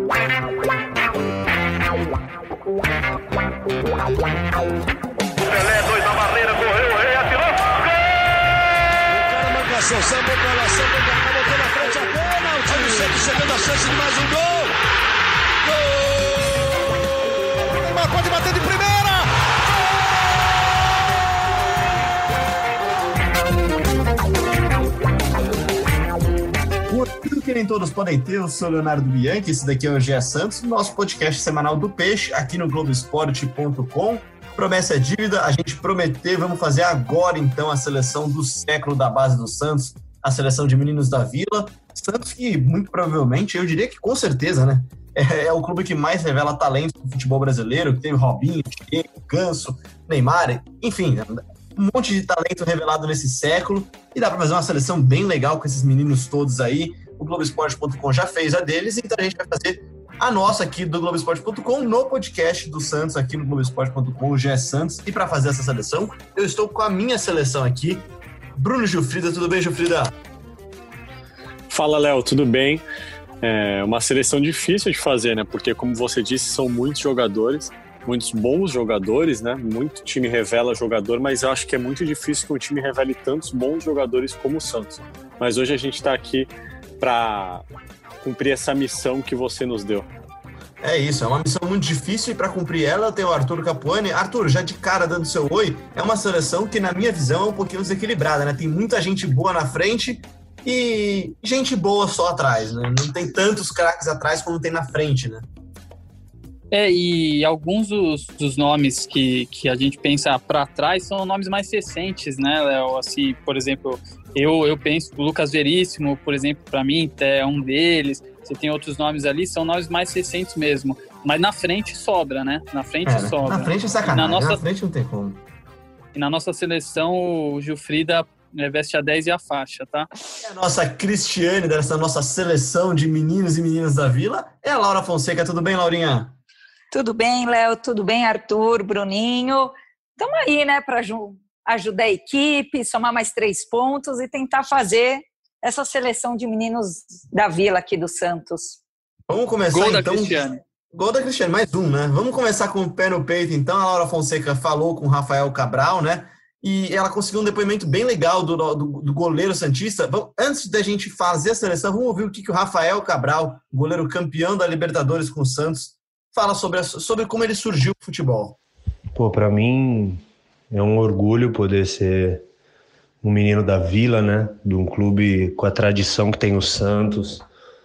Pelé, 2 na barreira, correu, o Rei atirou. Gol! O cara marcação, sambou pra lá, botou na frente a pênalti. Olha o Santos chegando a chance de mais um gol. Gol! O Neymar pode bater de primeira. Tudo que nem todos podem ter, eu sou o Leonardo Bianchi, esse daqui é o GE Santos, nosso podcast semanal do Peixe, aqui no Globoesporte.com. Promessa é dívida, a gente prometeu, vamos fazer agora então a seleção do século da base do Santos, a seleção de meninos da Vila. Santos que muito provavelmente, eu diria que com certeza, né, é o clube que mais revela talento do futebol brasileiro, que teve Robinho, Diego, Ganso, Neymar, enfim, um monte de talento revelado nesse século, e dá para fazer uma seleção bem legal com esses meninos todos aí. O Globoesporte.com já fez a deles, então a gente vai fazer a nossa aqui do Globoesporte.com no podcast do Santos, aqui no Globoesporte.com, o GE Santos. E para fazer essa seleção, eu estou com a minha seleção aqui, Bruno Gilfrida. Tudo bem, Gilfrida? Fala, Léo, tudo bem? É uma seleção difícil de fazer, né? Porque, como você disse, são muitos jogadores, muitos bons jogadores, né? Muito time revela jogador, mas eu acho que é muito difícil que um time revele tantos bons jogadores como o Santos. Mas hoje a gente está aqui para cumprir essa missão que você nos deu. É isso, é uma missão muito difícil, e para cumprir ela tem o Arthur Capuani. Arthur, já de cara dando seu oi, é uma seleção que na minha visão é um pouquinho desequilibrada, né? Tem muita gente boa na frente e gente boa só atrás, né? Não tem tantos craques atrás como tem na frente, né? E alguns dos nomes que a gente pensa para trás são nomes mais recentes, né, Léo? Assim, por exemplo, eu penso o Lucas Veríssimo, por exemplo, para mim é um deles. Você tem outros nomes ali, são nomes mais recentes mesmo. Mas na frente sobra, né? Na frente sobra. Na frente é sacanagem, na frente não tem como. E na nossa seleção, o Gilfrida veste a 10 e a faixa, tá? A nossa Cristiane dessa nossa seleção de meninos e meninas da Vila é a Laura Fonseca. Tudo bem, Laurinha? Tudo bem, Léo? Tudo bem, Arthur, Bruninho? Estamos aí, né, para ajudar a equipe, somar mais 3 pontos e tentar fazer essa seleção de meninos da Vila aqui do Santos. Vamos começar Gol então. Da Cristiane. Gol da Cristiane, mais um, né? Vamos começar com o pé no peito, então. A Laura Fonseca falou com o Rafael Cabral, né? E ela conseguiu um depoimento bem legal do goleiro santista. Antes da gente fazer a seleção, vamos ouvir o que o Rafael Cabral, goleiro campeão da Libertadores com o Santos, fala sobre como ele surgiu no futebol. Para mim é um orgulho poder ser um menino da Vila, né? De um clube com a tradição que tem o Santos.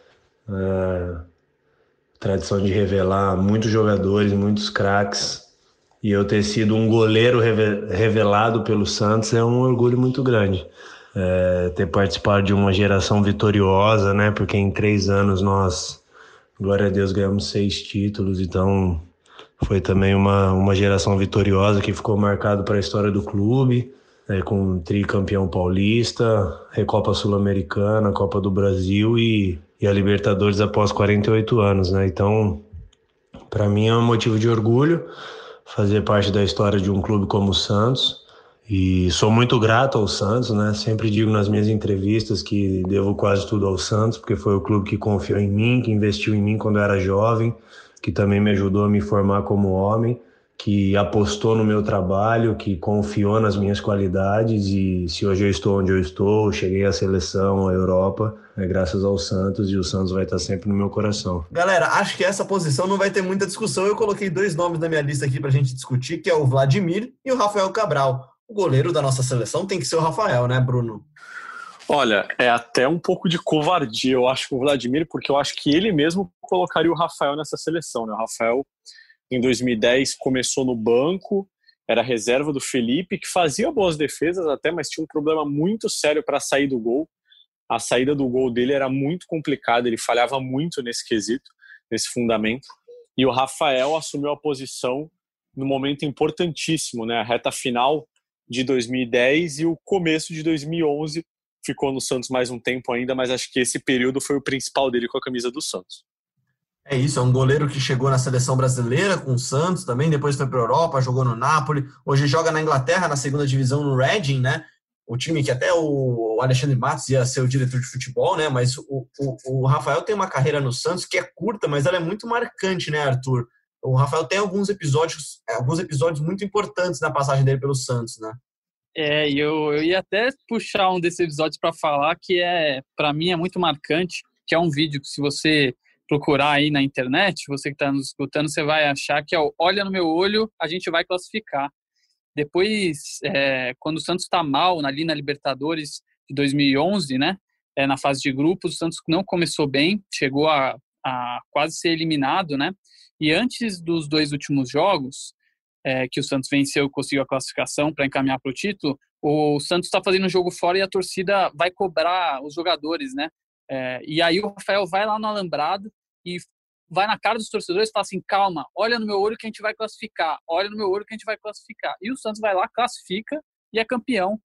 Tradição de revelar muitos jogadores, muitos craques. E eu ter sido um goleiro revelado pelo Santos é um orgulho muito grande. Ter participado de uma geração vitoriosa, né? Porque em 3 anos nós, glória a Deus, ganhamos 6 títulos. Então foi também uma geração vitoriosa que ficou marcado para a história do clube, com tricampeão paulista, Recopa Sul-Americana, Copa do Brasil e a Libertadores após 48 anos, né? Então, para mim é um motivo de orgulho fazer parte da história de um clube como o Santos, e sou muito grato ao Santos, né? Sempre digo nas minhas entrevistas que devo quase tudo ao Santos, porque foi o clube que confiou em mim, que investiu em mim quando eu era jovem, que também me ajudou a me formar como homem, que apostou no meu trabalho, que confiou nas minhas qualidades, e se hoje eu estou onde eu estou, cheguei à seleção, à Europa, é graças ao Santos, e o Santos vai estar sempre no meu coração. Galera, acho que essa posição não vai ter muita discussão. Eu coloquei 2 nomes na minha lista aqui pra gente discutir, que é o Vladimir e o Rafael Cabral. O goleiro da nossa seleção tem que ser o Rafael, né, Bruno? Olha, é até um pouco de covardia, eu acho, com o Vladimir, porque eu acho que ele mesmo colocaria o Rafael nessa seleção, né? O Rafael, em 2010, começou no banco, era reserva do Felipe, que fazia boas defesas até, mas tinha um problema muito sério para sair do gol. A saída do gol dele era muito complicada, ele falhava muito nesse quesito, nesse fundamento. E o Rafael assumiu a posição no momento importantíssimo, né? A reta final de 2010 e o começo de 2011. Ficou no Santos mais um tempo ainda, mas acho que esse período foi o principal dele com a camisa do Santos. É isso, é um goleiro que chegou na seleção brasileira com o Santos também, depois foi para a Europa, jogou no Napoli, hoje joga na Inglaterra, na 2ª divisão no Reading, né? o time que até o Alexandre Matos ia ser o diretor de futebol, né? Mas o Rafael tem uma carreira no Santos que é curta, mas ela é muito marcante, né, Arthur? O Rafael tem alguns episódios muito importantes na passagem dele pelo Santos, né? Eu ia até puxar um desses episódios para falar que para mim é muito marcante, que é um vídeo que se você procurar aí na internet, você que está nos escutando, você vai achar que é o Olha no Meu Olho, a gente vai classificar. Depois, quando o Santos está mal ali na Libertadores de 2011, né, na fase de grupos, o Santos não começou bem, chegou a quase ser eliminado, né? E antes dos 2 últimos jogos, que o Santos venceu e conseguiu a classificação para encaminhar para o título, o Santos está fazendo um jogo fora e a torcida vai cobrar os jogadores, né? E aí o Rafael vai lá no alambrado e vai na cara dos torcedores e fala assim, calma, olha no meu olho que a gente vai classificar, olha no meu olho que a gente vai classificar. E o Santos vai lá, classifica e é campeão.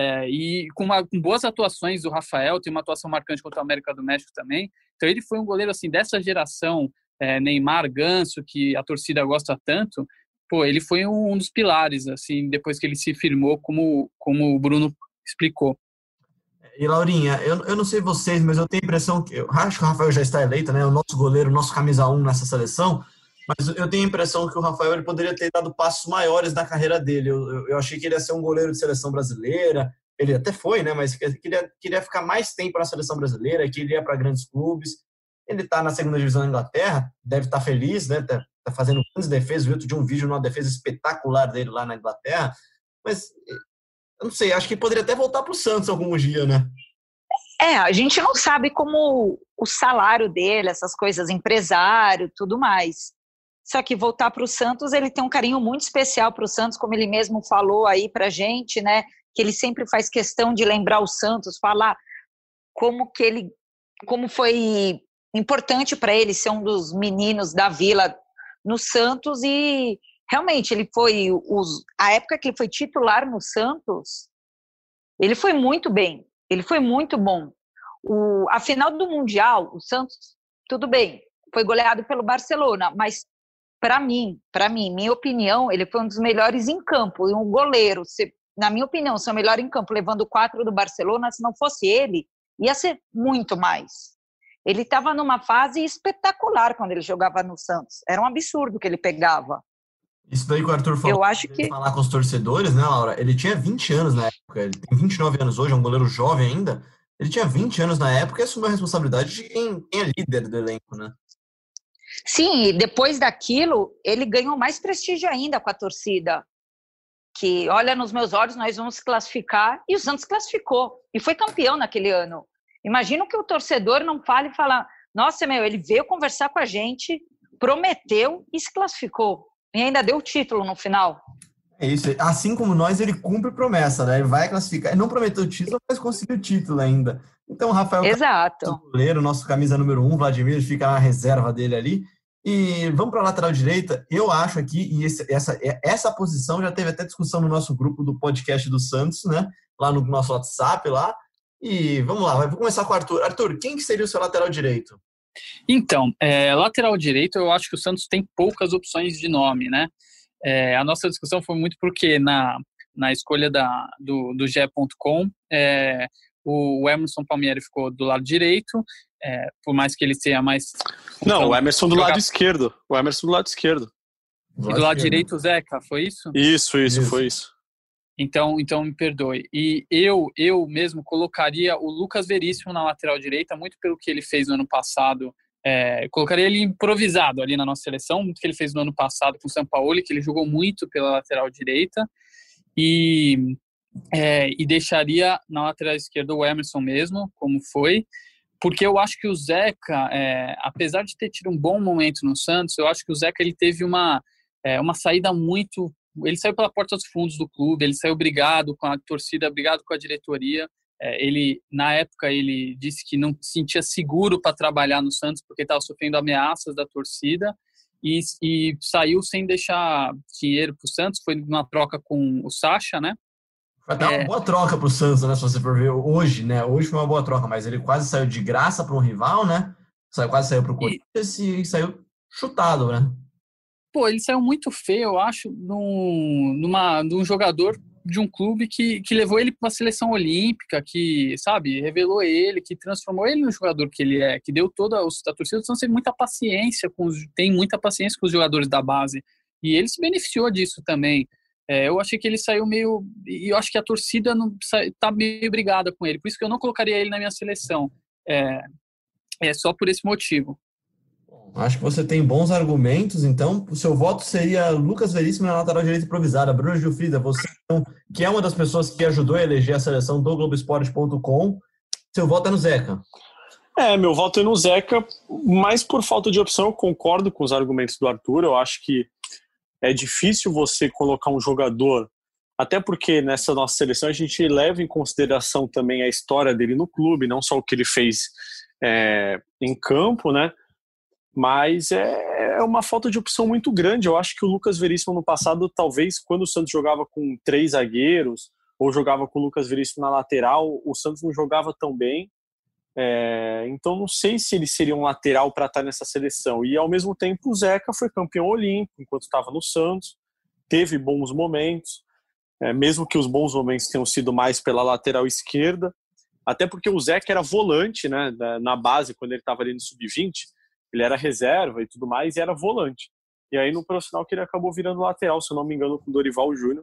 E com boas atuações do Rafael, tem uma atuação marcante contra o América do México também. Então ele foi um goleiro assim dessa geração, Neymar, Ganso, que a torcida gosta tanto. Pô, ele foi um dos pilares, assim, depois que ele se firmou, como o Bruno explicou. E, Laurinha, eu não sei vocês, mas eu tenho a impressão que... Eu acho que o Rafael já está eleito, né? O nosso goleiro, o nosso camisa 1 nessa seleção. Mas eu tenho a impressão que o Rafael ele poderia ter dado passos maiores na carreira dele. Eu achei que ele ia ser um goleiro de seleção brasileira. Ele até foi, né? Mas queria ficar mais tempo na seleção brasileira, que ele ia para grandes clubes. Ele está na segunda divisão da Inglaterra, deve estar feliz, né? Tá fazendo grandes defesas. Vi outro dia um vídeo numa defesa espetacular dele lá na Inglaterra. Mas, eu não sei, acho que poderia até voltar para o Santos algum dia, né? A gente não sabe como o salário dele, essas coisas, empresário, tudo mais. Só que voltar para o Santos, ele tem um carinho muito especial para o Santos, como ele mesmo falou aí para a gente, né? Que ele sempre faz questão de lembrar o Santos, falar como foi importante para ele ser um dos meninos da Vila no Santos. E realmente ele foi a época que ele foi titular no Santos, ele foi muito bem, ele foi muito bom. A final do Mundial, o Santos, tudo bem, foi goleado pelo Barcelona, mas para mim, minha opinião, ele foi um dos melhores em campo. E um goleiro, na minha opinião, ser o melhor em campo, levando 4 do Barcelona, se não fosse ele, ia ser muito mais. Ele estava numa fase espetacular quando ele jogava no Santos. Era um absurdo que ele pegava. Isso daí que o Arthur falou, eu acho que falar com os torcedores, né, Laura? Ele tinha 20 anos na época, ele tem 29 anos hoje, é um goleiro jovem ainda. Ele tinha 20 anos na época e assumiu a responsabilidade de quem é líder do elenco, né? Sim, e depois daquilo, ele ganhou mais prestígio ainda com a torcida. Que, olha nos meus olhos, nós vamos classificar. E o Santos classificou. E foi campeão naquele ano. Imagina que o torcedor não fale e fala, nossa, ele veio conversar com a gente, prometeu e se classificou. E ainda deu o título no final. É isso. Assim como nós, ele cumpre promessa, né? Ele vai classificar. Ele não prometeu o título, mas conseguiu o título ainda. Então, o Rafael, exato, o goleiro, nosso camisa número 1, Vladimir, fica na reserva dele ali. E vamos para a lateral direita. Eu acho aqui, e essa posição já teve até discussão no nosso grupo do podcast do Santos, né? Lá no nosso WhatsApp, lá. E vamos lá, vou começar com o Arthur. Arthur, quem que seria o seu lateral direito? Então, lateral direito, eu acho que o Santos tem poucas opções de nome, né? A nossa discussão foi muito porque na escolha do GE.com, o Emerson Palmieri ficou do lado direito, por mais que ele seja mais... Não, o Emerson do lado esquerdo. O Emerson do lado esquerdo. E do lado direito o Zeca, foi isso? Isso, foi isso. Então me perdoe. E eu mesmo colocaria o Lucas Veríssimo na lateral direita, muito pelo que ele fez no ano passado. Colocaria ele improvisado ali na nossa seleção, muito que ele fez no ano passado com o Sampaoli, que ele jogou muito pela lateral direita. E deixaria na lateral esquerda o Emerson mesmo, como foi. Porque eu acho que o Zeca, apesar de ter tido um bom momento no Santos, eu acho que o Zeca ele teve uma saída muito... Ele saiu pela porta dos fundos do clube, ele saiu brigado com a torcida, brigado com a diretoria. Na época, ele disse que não se sentia seguro para trabalhar no Santos porque estava sofrendo ameaças da torcida e saiu sem deixar dinheiro para o Santos. Foi numa troca com o Sacha, né? Foi até uma boa troca para o Santos, né? Se você for ver hoje, né? Hoje foi uma boa troca, mas ele quase saiu de graça para um rival, né? Quase saiu para o Corinthians e saiu chutado, né? Pô, ele saiu muito feio, eu acho, de um jogador de um clube que levou ele para uma seleção olímpica, que, sabe, revelou ele, que transformou ele no jogador que ele é, que deu toda a torcida tem muita paciência tem muita paciência com os jogadores da base, e ele se beneficiou disso também. Eu achei que ele saiu meio, e eu acho que a torcida tá meio brigada com ele, por isso que eu não colocaria ele na minha seleção, só por esse motivo. Acho que você tem bons argumentos, então o seu voto seria Lucas Veríssimo na lateral direita improvisada. Bruno Gilfrida, você então, que é uma das pessoas que ajudou a eleger a seleção do Globoesporte.com, seu voto é no Zeca. Meu voto é no Zeca, mas por falta de opção eu concordo com os argumentos do Arthur. Eu acho que é difícil você colocar um jogador, até porque nessa nossa seleção a gente leva em consideração também a história dele no clube, não só o que ele fez em campo, né? Mas é uma falta de opção muito grande. Eu acho que o Lucas Veríssimo no passado, talvez quando o Santos jogava com 3 zagueiros ou jogava com o Lucas Veríssimo na lateral, o Santos não jogava tão bem. Então não sei se ele seria um lateral para estar nessa seleção. E ao mesmo tempo o Zeca foi campeão olímpico enquanto estava no Santos, teve bons momentos, mesmo que os bons momentos tenham sido mais pela lateral esquerda, até porque o Zeca era volante, né, na base quando ele estava ali no sub-20. Ele era reserva e tudo mais, e era volante. E aí no profissional que ele acabou virando lateral, se eu não me engano, com o Dorival Júnior.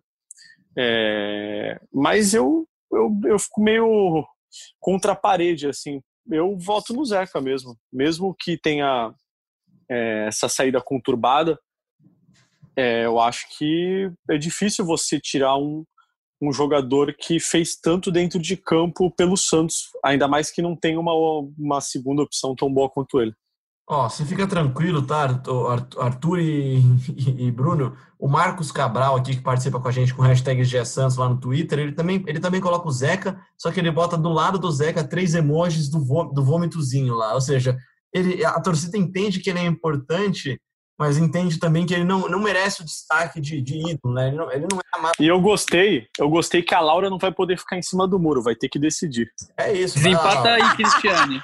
Mas eu fico meio contra a parede, assim. Eu voto no Zeca mesmo que tenha essa saída conturbada. Eu acho que é difícil você tirar um jogador que fez tanto dentro de campo pelo Santos, ainda mais que não tem uma segunda opção tão boa quanto ele. Você fica tranquilo, tá, Arthur e Bruno? O Marcos Cabral aqui, que participa com a gente com o hashtag GSantos lá no Twitter, ele também coloca o Zeca, só que ele bota do lado do Zeca 3 emojis do vômitozinho lá. Ou seja, a torcida entende que ele é importante, mas entende também que ele não merece o destaque de ídolo, né? Ele não é amado. E eu gostei que a Laura não vai poder ficar em cima do muro, vai ter que decidir. É isso. Desempata aí, Cristiane.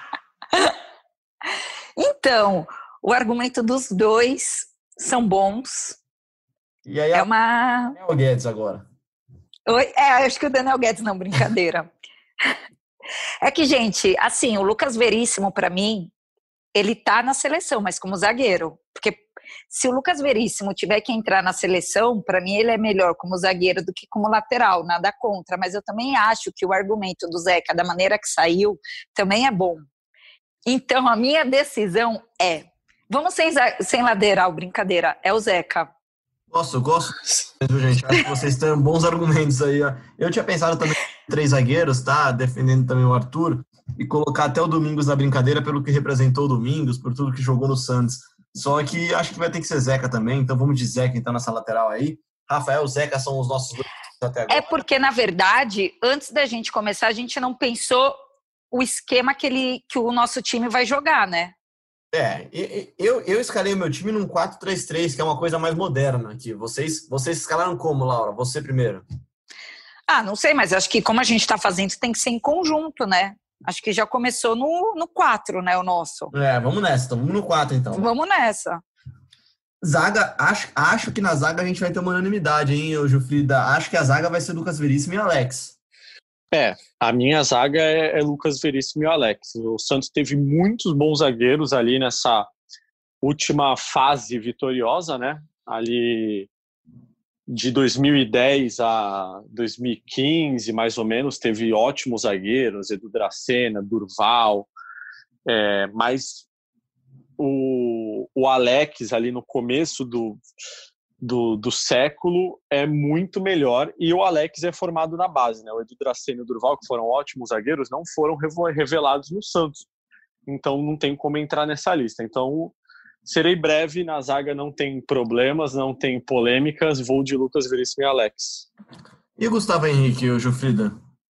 Então, o argumento dos dois são bons. E aí, Daniel Guedes agora. Oi? Acho que o Daniel Guedes não, brincadeira. É que, gente, assim, o Lucas Veríssimo, para mim, ele tá na seleção, mas como zagueiro. Porque se o Lucas Veríssimo tiver que entrar na seleção, para mim ele é melhor como zagueiro do que como lateral, nada contra. Mas eu também acho que o argumento do Zeca, da maneira que saiu, também é bom. Então, a minha decisão vamos sem lateral, brincadeira, é o Zeca. Nossa, eu gosto, gente. Acho que vocês têm bons argumentos aí. Ó. Eu tinha pensado também em 3 zagueiros, tá? Defendendo também o Arthur, e colocar até o Domingos na brincadeira pelo que representou o Domingos, por tudo que jogou no Santos. Só que acho que vai ter que ser Zeca também, então vamos de Zeca então nessa lateral aí. Rafael, Zeca são os nossos dois até agora. É porque, na verdade, antes da gente começar, a gente não pensou o esquema que o nosso time vai jogar, né? Eu escalei o meu time num 4-3-3, que é uma coisa mais moderna aqui. Vocês escalaram como, Laura? Você primeiro. Não sei, mas acho que como a gente está fazendo, tem que ser em conjunto, né? Acho que já começou no 4, né, o nosso. Vamos nessa, então. Vamos no 4, então. Vamos nessa. Zaga, acho que na zaga a gente vai ter uma unanimidade, hein, Gilfrida? Acho que a zaga vai ser Lucas Veríssimo e Alex. A minha zaga é Lucas Veríssimo e Alex. O Santos teve muitos bons zagueiros ali nessa última fase vitoriosa, né? Ali de 2010 a 2015, mais ou menos, teve ótimos zagueiros, Edu Dracena, Durval, mas o Alex ali no começo do século é muito melhor, e o Alex é formado na base, né? O Edu Dracena e o Durval, que foram ótimos zagueiros, não foram revelados no Santos, então não tem como entrar nessa lista. Então serei breve, na zaga não tem problemas, não tem polêmicas, vou de Lucas Veríssimo e Alex. E o Gustavo Henrique, o Gilfrida?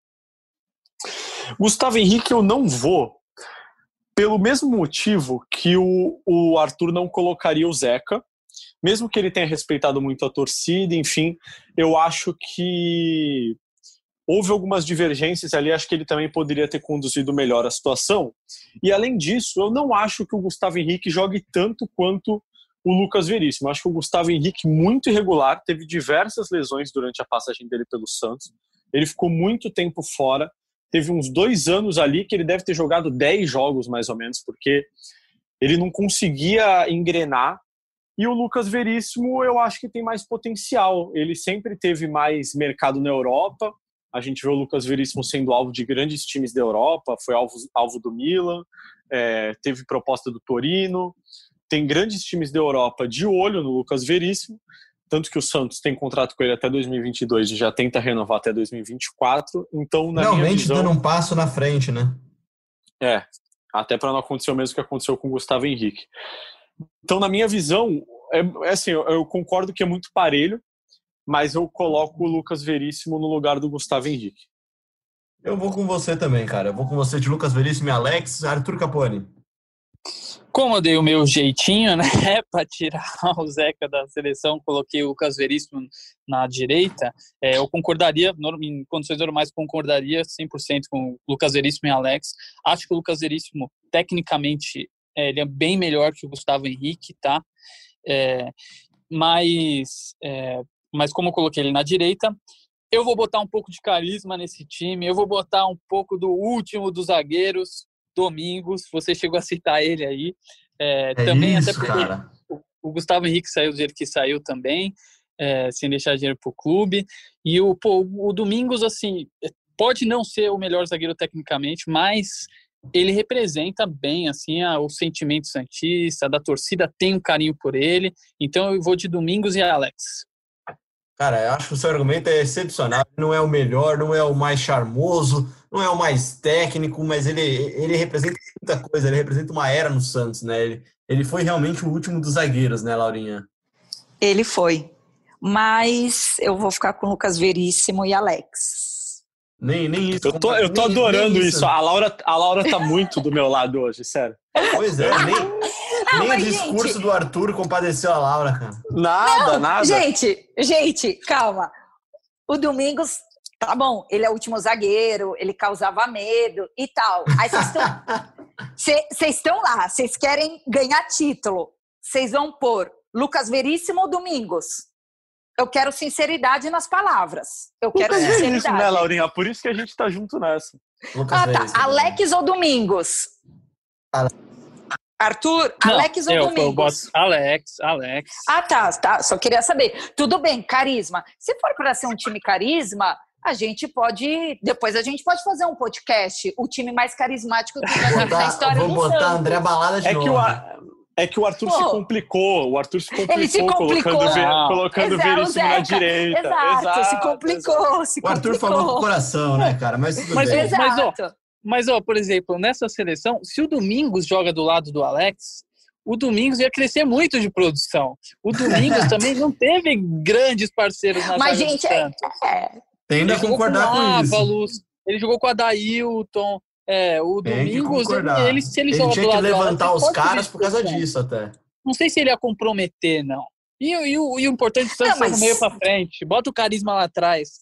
Gustavo Henrique eu não vou, pelo mesmo motivo que o Arthur não colocaria o Zeca, mesmo que ele tenha respeitado muito a torcida, enfim, eu acho que houve algumas divergências ali, acho que ele também poderia ter conduzido melhor a situação. E além disso, eu não acho que o Gustavo Henrique jogue tanto quanto o Lucas Veríssimo. Eu acho que o Gustavo Henrique, muito irregular, teve diversas lesões durante a passagem dele pelo Santos. Ele ficou muito tempo fora. Teve uns 2 anos ali que ele deve ter jogado 10 jogos, mais ou menos, porque ele não conseguia engrenar. E o Lucas Veríssimo, eu acho que tem mais potencial. Ele sempre teve mais mercado na Europa. A gente vê o Lucas Veríssimo sendo alvo de grandes times da Europa. Foi alvo do Milan, teve proposta do Torino. Tem grandes times da Europa de olho no Lucas Veríssimo. Tanto que o Santos tem contrato com ele até 2022 e já tenta renovar até 2024. Então, na minha visão, dando um passo na frente, né? Até para não acontecer o mesmo que aconteceu com o Gustavo Henrique. Então, na minha visão, assim, eu concordo que é muito parelho, mas eu coloco o Lucas Veríssimo no lugar do Gustavo Henrique. Eu vou com você também, cara. Eu vou com você de Lucas Veríssimo e Alex. Arthur Capone. Como eu dei o meu jeitinho, né, para tirar o Zeca da seleção, coloquei o Lucas Veríssimo na direita, eu concordaria, em condições normais, concordaria 100% com o Lucas Veríssimo e Alex. Acho que o Lucas Veríssimo, tecnicamente, ele é bem melhor que o Gustavo Henrique, tá? Mas como eu coloquei ele na direita, eu vou botar um pouco de carisma nesse time, eu vou botar um pouco do último dos zagueiros, Domingos. Você chegou a citar ele aí. Também, isso, até porque cara. o Gustavo Henrique saiu do jeito que saiu também, sem deixar dinheiro pro clube. E o Domingos, assim, pode não ser o melhor zagueiro tecnicamente, mas ele representa bem, assim, o sentimento santista, da torcida tem um carinho por ele. Então eu vou de Domingos e Alex. Cara, eu acho que o seu argumento é excepcional. Não é o melhor, não é o mais charmoso, não é o mais técnico, mas ele representa muita coisa, ele representa uma era no Santos, né? Ele foi realmente o último dos zagueiros, né, Laurinha? Ele foi. Mas eu vou ficar com Lucas Veríssimo e Alex. Nem isso. Eu tô adorando nem isso. A Laura tá muito do meu lado hoje, sério. Pois é, nem o discurso, gente, do Arthur compadeceu a Laura, cara. Nada. Gente, calma. O Domingos, tá bom, ele é o último zagueiro, ele causava medo e tal. Aí vocês estão lá, vocês querem ganhar título. Vocês vão pôr Lucas Veríssimo ou Domingos? Eu quero sinceridade nas palavras. Eu quero sinceridade. Isso, né, Laurinha? Por isso que a gente tá junto nessa. Tá. Alex ou Domingos? Arthur, não, Alex ou Domingos? Eu boto Alex. Tá. Só queria saber. Tudo bem, carisma. Se for para ser um time carisma, depois a gente pode fazer um podcast. O time mais carismático da história do Santos. Vou botar André Balada de novo. É que o Arthur se complicou. O Arthur se complicou colocando o Veríssimo na direita. Exato, se complicou. O Arthur falou com o coração, né, cara? Mas tudo bem. Exato. Mas, por exemplo, nessa seleção, se o Domingos joga do lado do Alex, o Domingos ia crescer muito de produção. O Domingos também não teve grandes parceiros na Mas, gente, Tendo a concordar com isso. Ele jogou com o Adailton. O Domingos, se ele joga tinha do lado que levantar do Alex, os caras por causa disso até. Não sei se ele ia comprometer, não. E o importante é estar no meio pra frente. Bota o carisma lá atrás.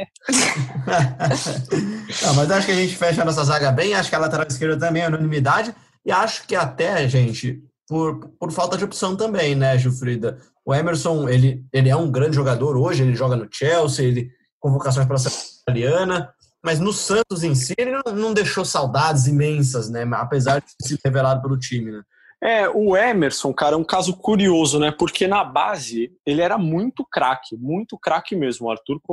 Não, mas acho que a gente fecha a nossa zaga bem. Acho que a lateral esquerda também é unanimidade. E acho que até, gente, por falta de opção também, né, Gilfrida? O Emerson, ele é um grande jogador hoje. Ele joga no Chelsea, convocações para a seleção italiana. Mas no Santos em si, ele não deixou saudades imensas, né? Apesar de ter sido revelado pelo time, né? O Emerson, cara, é um caso curioso, né? Porque na base ele era muito craque mesmo. O Arthur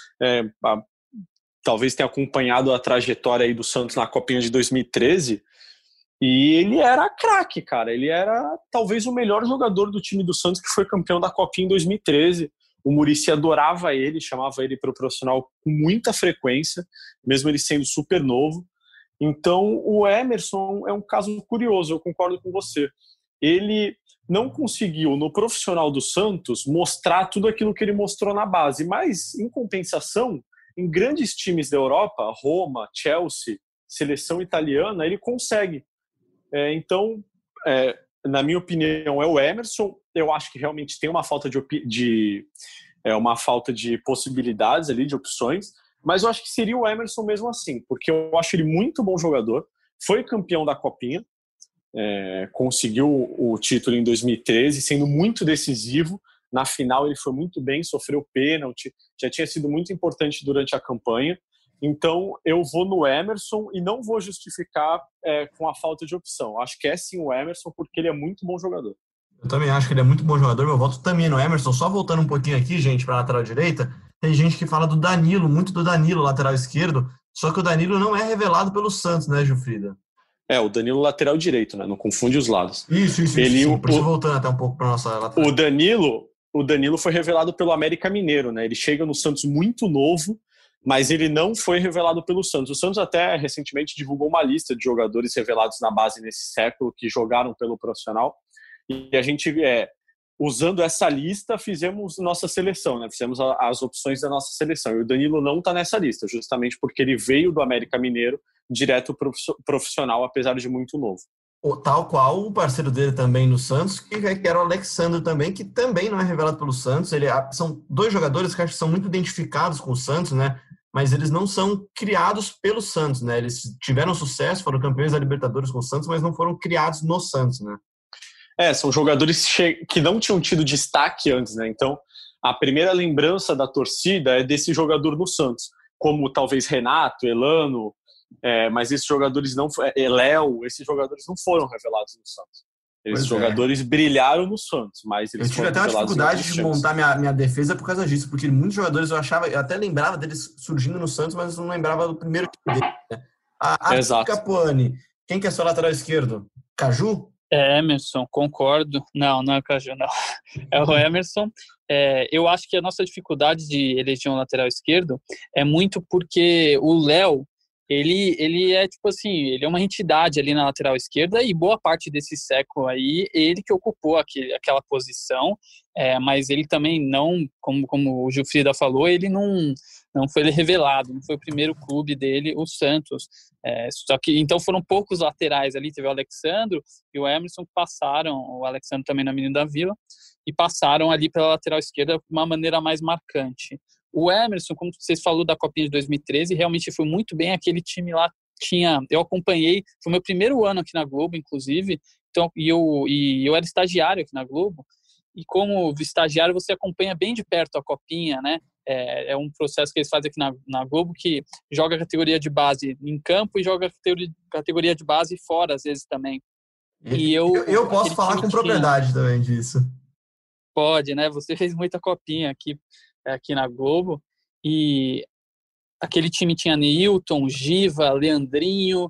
talvez tenha acompanhado a trajetória aí do Santos na Copinha de 2013 e ele era craque, cara. Ele era talvez o melhor jogador do time do Santos, que foi campeão da Copinha em 2013. O Muricy adorava ele, chamava ele para o profissional com muita frequência, mesmo ele sendo super novo. Então, o Emerson é um caso curioso, eu concordo com você. Ele não conseguiu, no profissional do Santos, mostrar tudo aquilo que ele mostrou na base, mas, em compensação, em grandes times da Europa, Roma, Chelsea, seleção italiana, ele consegue. Então, na minha opinião, é o Emerson. Eu acho que realmente tem uma falta uma falta de possibilidades ali, de opções, mas eu acho que seria o Emerson mesmo assim, porque eu acho ele muito bom jogador, foi campeão da Copinha, conseguiu o título em 2013, sendo muito decisivo. Na final ele foi muito bem, sofreu pênalti, já tinha sido muito importante durante a campanha. Então eu vou no Emerson e não vou justificar com a falta de opção. Acho que é sim o Emerson, porque ele é muito bom jogador. Eu também acho que ele é muito bom jogador, meu voto também é no Emerson. Só voltando um pouquinho aqui, gente, para a lateral direita, tem gente que fala do Danilo, muito do Danilo, lateral esquerdo, só que o Danilo não é revelado pelo Santos, né, Gilfrida? O Danilo lateral direito, né? Não confunde os lados. Isso. Por isso voltando até um pouco para nossa lateral. O Danilo foi revelado pelo América Mineiro, né? Ele chega no Santos muito novo, mas ele não foi revelado pelo Santos. O Santos até recentemente divulgou uma lista de jogadores revelados na base nesse século que jogaram pelo profissional. E a gente, usando essa lista, fizemos nossa seleção, né? Fizemos as opções da nossa seleção. E o Danilo não está nessa lista, justamente porque ele veio do América Mineiro direto profissional, apesar de muito novo. Tal qual o parceiro dele também no Santos, que era o Alexandre também, que também não é revelado pelo Santos. São dois jogadores que acho que são muito identificados com o Santos, né? Mas eles não são criados pelo Santos, né? Eles tiveram sucesso, foram campeões da Libertadores com o Santos, mas não foram criados no Santos, né? São jogadores que não tinham tido destaque antes, né? Então, a primeira lembrança da torcida é desse jogador no Santos, como talvez Renato, Elano, mas esses jogadores não... Léo, esses jogadores não foram revelados no Santos. Esses jogadores brilharam no Santos, mas eles foram revelados. Eu tive até uma dificuldade de montar minha defesa por causa disso, porque muitos jogadores eu até lembrava deles surgindo no Santos, mas não lembrava do primeiro time dele, né? Arthur Capuani, quem que é seu lateral esquerdo? Caju? Emerson, concordo. Não é o Caju, não. É o Emerson. Eu acho que a nossa dificuldade de eleger um lateral esquerdo é muito porque o Léo, ele é tipo assim, ele é uma entidade ali na lateral esquerda e boa parte desse século aí, ele que ocupou aquela posição, mas ele também não, como o Gilfrida falou, ele não foi revelado, não foi o primeiro clube dele, o Santos. Só que então foram poucos laterais ali, teve o Alexandre e o Emerson que passaram, o Alexandre também na Menino da Vila, e passaram ali pela lateral esquerda de uma maneira mais marcante. O Emerson, como vocês falaram da Copinha de 2013, realmente foi muito bem. Aquele time lá eu acompanhei, foi meu primeiro ano aqui na Globo, inclusive, então, e eu era estagiário aqui na Globo, e como estagiário você acompanha bem de perto a Copinha, né? É um processo que eles fazem aqui na Globo, que joga a categoria de base em campo e joga a categoria de base fora, às vezes, também. E eu posso falar com propriedade também disso. Pode, né? Você fez muita Copinha aqui na Globo, e aquele time tinha Nilton, Giva, Leandrinho,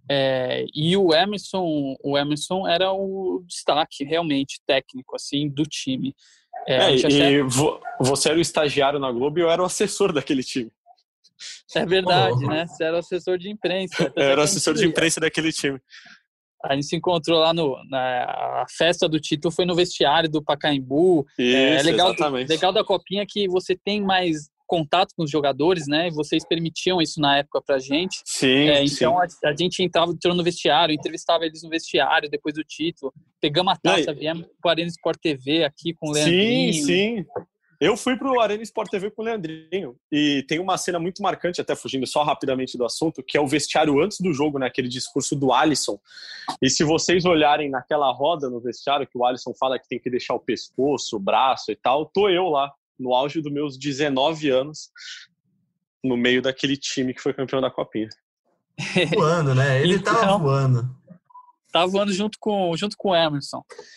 e o Emerson era o destaque realmente técnico assim do time. Você era o estagiário na Globo e eu era o assessor daquele time. É verdade, né? Você era o assessor de imprensa. Eu era o assessor de imprensa daquele time. A gente se encontrou lá a festa do título foi no vestiário do Pacaembu. Isso, legal da Copinha que você tem mais contato com os jogadores, né? Vocês permitiam isso na época pra gente. Sim, então a gente entrou no vestiário, entrevistava eles no vestiário depois do título. Pegamos a taça, viemos pro Arena Sport TV aqui com o Leandrinho. Sim. Eu fui pro Arena Sport TV com o Leandrinho e tem uma cena muito marcante, até fugindo só rapidamente do assunto, que é o vestiário antes do jogo, né? Aquele discurso do Alisson. E se vocês olharem naquela roda no vestiário, que o Alisson fala que tem que deixar o pescoço, o braço e tal, tô eu lá, no auge dos meus 19 anos, no meio daquele time que foi campeão da Copinha. Voando, né? Ele tava voando. Tava voando junto com o Emerson.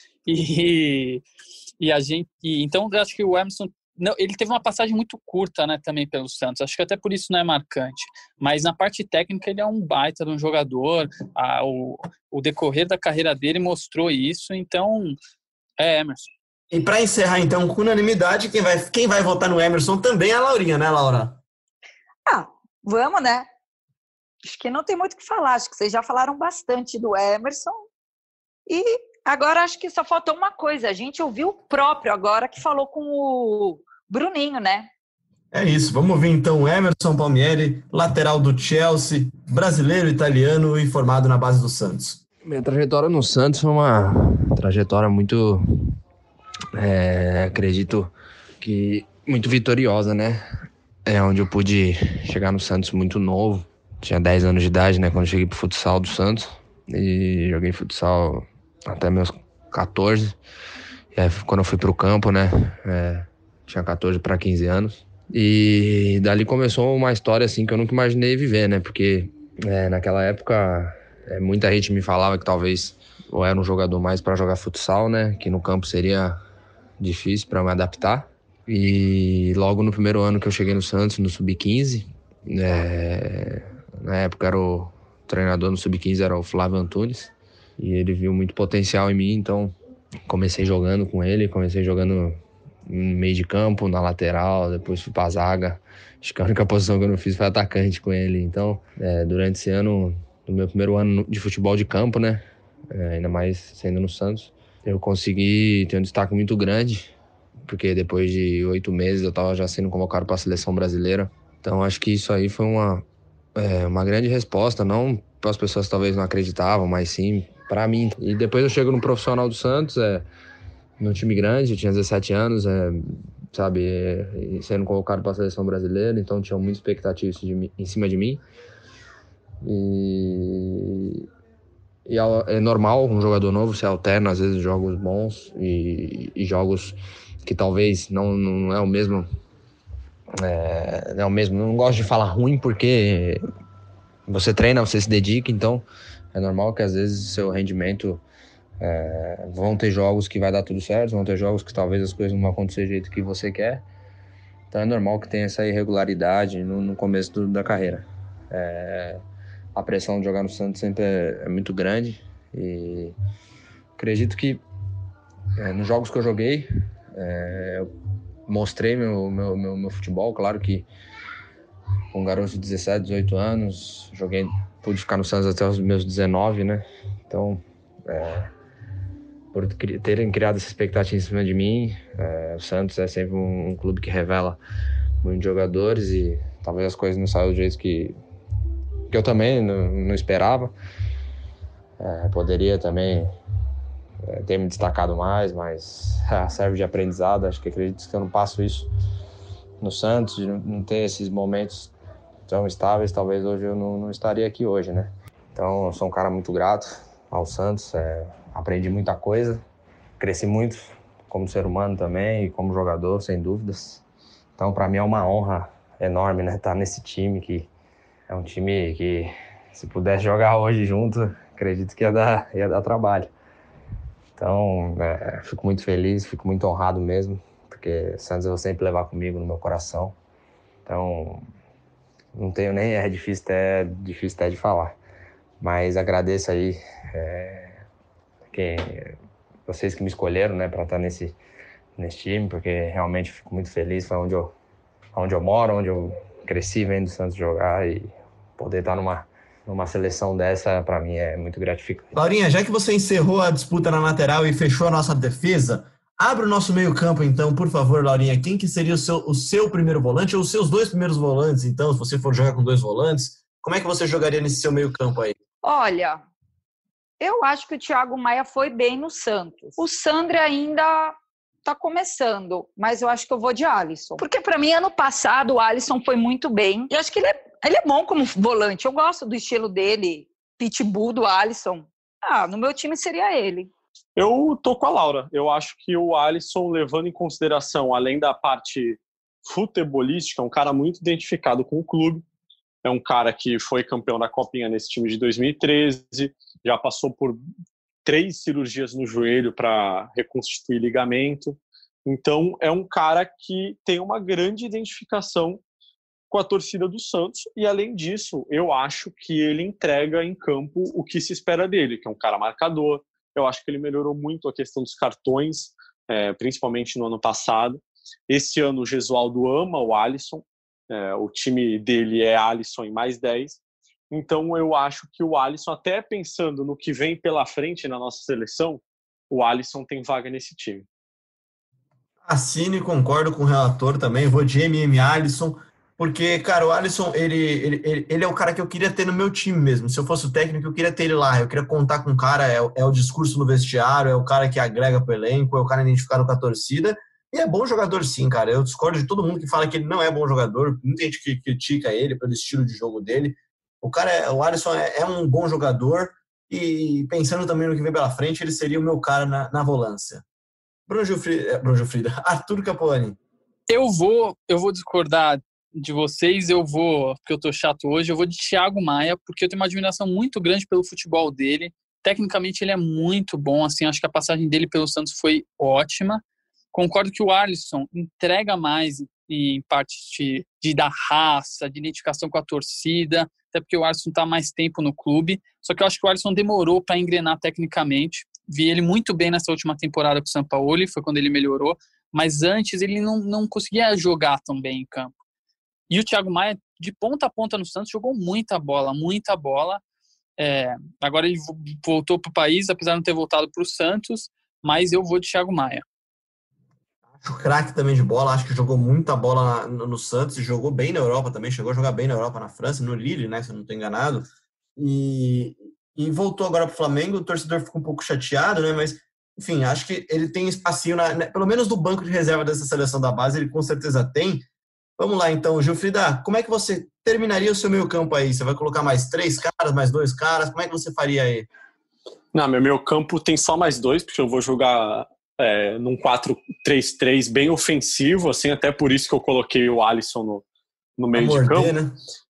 Então eu acho que o Emerson ele teve uma passagem muito curta, né, também pelo Santos. Acho que até por isso não é marcante. Mas na parte técnica ele é um baita de um jogador. O decorrer da carreira dele mostrou isso. Então Emerson. E para encerrar então com unanimidade, quem vai votar no Emerson também é a Laurinha, né, Laura? Vamos, né? Acho que não tem muito o que falar. Acho que vocês já falaram bastante do Emerson. E agora acho que só faltou uma coisa. A gente ouviu o próprio agora que falou com o Bruninho, né? É isso. Vamos ouvir então o Emerson Palmieri, lateral do Chelsea, brasileiro, italiano e formado na base do Santos. Minha trajetória no Santos foi uma trajetória muito, acredito que muito vitoriosa, né? Onde eu pude chegar no Santos muito novo. Tinha 10 anos de idade, né, quando eu cheguei pro futsal do Santos. e joguei futsal até meus 14. Quando eu fui pro campo, né, tinha 14 para 15 anos. E dali começou uma história assim que eu nunca imaginei viver, né, porque naquela época muita gente me falava que talvez eu era um jogador mais para jogar futsal, né, que no campo seria difícil para me adaptar. E logo no primeiro ano que eu cheguei no Santos, no Sub-15, na época era o treinador no Sub-15 era o Flávio Antunes, e ele viu muito potencial em mim, então comecei jogando com ele, comecei jogando no meio de campo, na lateral, depois fui pra zaga. Acho que a única posição que eu não fiz foi atacante com ele. Então, durante esse ano, no meu primeiro ano de futebol de campo, né, ainda mais sendo no Santos, eu consegui ter um destaque muito grande, porque depois de 8 meses eu estava já sendo convocado para a seleção brasileira. Então acho que isso aí foi uma grande resposta, não para as pessoas que talvez não acreditavam, mas sim para mim. E depois eu chego no profissional do Santos, num time grande, eu tinha 17 anos, sendo convocado para a seleção brasileira, então tinha muita expectativa em cima de mim. E é normal um jogador novo se alterna, às vezes, jogos bons e jogos que talvez não é o mesmo. Não é o mesmo. Não gosto de falar ruim porque você treina, você se dedica, então é normal que às vezes seu rendimento vão ter jogos que vai dar tudo certo, vão ter jogos que talvez as coisas não vão acontecer do jeito que você quer. Então é normal que tenha essa irregularidade no começo da carreira. A pressão de jogar no Santos sempre é muito grande e acredito que nos jogos que eu joguei eu mostrei meu futebol. Claro que com um garoto de 17, 18 anos, pude ficar no Santos até os meus 19, né? Então, por terem criado essa expectativa em cima de mim, o Santos é sempre um clube que revela muitos jogadores e talvez as coisas não saiam do jeito que eu também não esperava. Poderia também ter me destacado mais, mas serve de aprendizado. Acho que acredito que eu não passo isso no Santos, de não ter esses momentos tão estáveis, talvez hoje eu não estaria aqui hoje, né? Então eu sou um cara muito grato ao Santos, aprendi muita coisa, cresci muito como ser humano também e como jogador, sem dúvidas. Então para mim é uma honra enorme, né, estar nesse time, que é um time que, se pudesse jogar hoje junto, acredito que ia dar trabalho. Então, fico muito feliz, fico muito honrado mesmo, porque Santos eu vou sempre levar comigo no meu coração. Então, não tenho nem... É difícil até de falar. Mas agradeço aí vocês que me escolheram, né, para estar nesse time, porque realmente fico muito feliz. Foi onde eu moro, onde eu cresci vendo o Santos jogar, e poder estar numa seleção dessa, para mim, é muito gratificante. Laurinha, já que você encerrou a disputa na lateral e fechou a nossa defesa, abre o nosso meio-campo, então, por favor, Laurinha. Quem que seria o seu primeiro volante, ou os seus 2 primeiros volantes, então, se você for jogar com 2 volantes? Como é que você jogaria nesse seu meio-campo aí? Olha, eu acho que o Thiago Maia foi bem no Santos. O Sandri ainda tá começando, mas eu acho que eu vou de Alisson. Porque para mim, ano passado, o Alisson foi muito bem. E acho que ele é bom como volante. Eu gosto do estilo dele, pitbull do Alisson. No meu time seria ele. Eu tô com a Laura. Eu acho que o Alisson, levando em consideração, além da parte futebolística, é um cara muito identificado com o clube. É um cara que foi campeão da Copinha nesse time de 2013, já passou por 3 cirurgias no joelho para reconstituir ligamento. Então, é um cara que tem uma grande identificação com a torcida do Santos, e além disso, eu acho que ele entrega em campo o que se espera dele, que é um cara marcador. Eu acho que ele melhorou muito a questão dos cartões, principalmente no ano passado. Esse ano o Gesualdo ama o Alisson, o time dele é Alisson em mais 10. Então eu acho que o Alisson, até pensando no que vem pela frente na nossa seleção, o Alisson tem vaga nesse time. Assino e concordo com o relator também, vou de Alisson, porque, cara, o Alisson, ele é o cara que eu queria ter no meu time mesmo. Se eu fosse o técnico, eu queria ter ele lá, eu queria contar com o cara, é o discurso no vestiário, é o cara que agrega pro elenco, é o cara identificado com a torcida, e é bom jogador sim, cara. Eu discordo de todo mundo que fala que ele não é bom jogador, muita gente que critica ele pelo estilo de jogo dele. O Alisson é um bom jogador, E pensando também no que vem pela frente, ele seria o meu cara na volância. Bruno Gilfrida, Arthur Capuani. Eu vou discordar de vocês, porque eu tô chato hoje, eu vou de Thiago Maia, porque eu tenho uma admiração muito grande pelo futebol dele. Tecnicamente ele é muito bom, assim, acho que a passagem dele pelo Santos foi ótima. Concordo que o Alisson entrega mais em parte de dar raça, de identificação com a torcida, até porque o Alisson está mais tempo no clube. Só que eu acho que o Alisson demorou para engrenar tecnicamente. Vi ele muito bem nessa última temporada com o Sampaoli, foi quando ele melhorou, mas antes ele não conseguia jogar tão bem em campo. E o Thiago Maia, de ponta a ponta no Santos, jogou muita bola. Agora ele voltou para o país, apesar de não ter voltado para o Santos, mas eu vou de Thiago Maia. Acho craque também de bola, acho que jogou muita bola no Santos e jogou bem na Europa também, chegou a jogar bem na Europa, na França, no Lille, né, se eu não estou enganado, e voltou agora para o Flamengo. O torcedor ficou um pouco chateado, né, mas, enfim, acho que ele tem espacinho, pelo menos do banco de reserva dessa seleção da base, ele com certeza tem. Vamos lá, então, Gilfrida, como é que você terminaria o seu meio campo aí? Você vai colocar mais 3 caras, mais 2 caras? Como é que você faria aí? Não, meu meio campo tem só mais 2, porque eu vou jogar num 4-3-3 bem ofensivo, assim, até por isso que eu coloquei o Alisson no meio de campo. Né?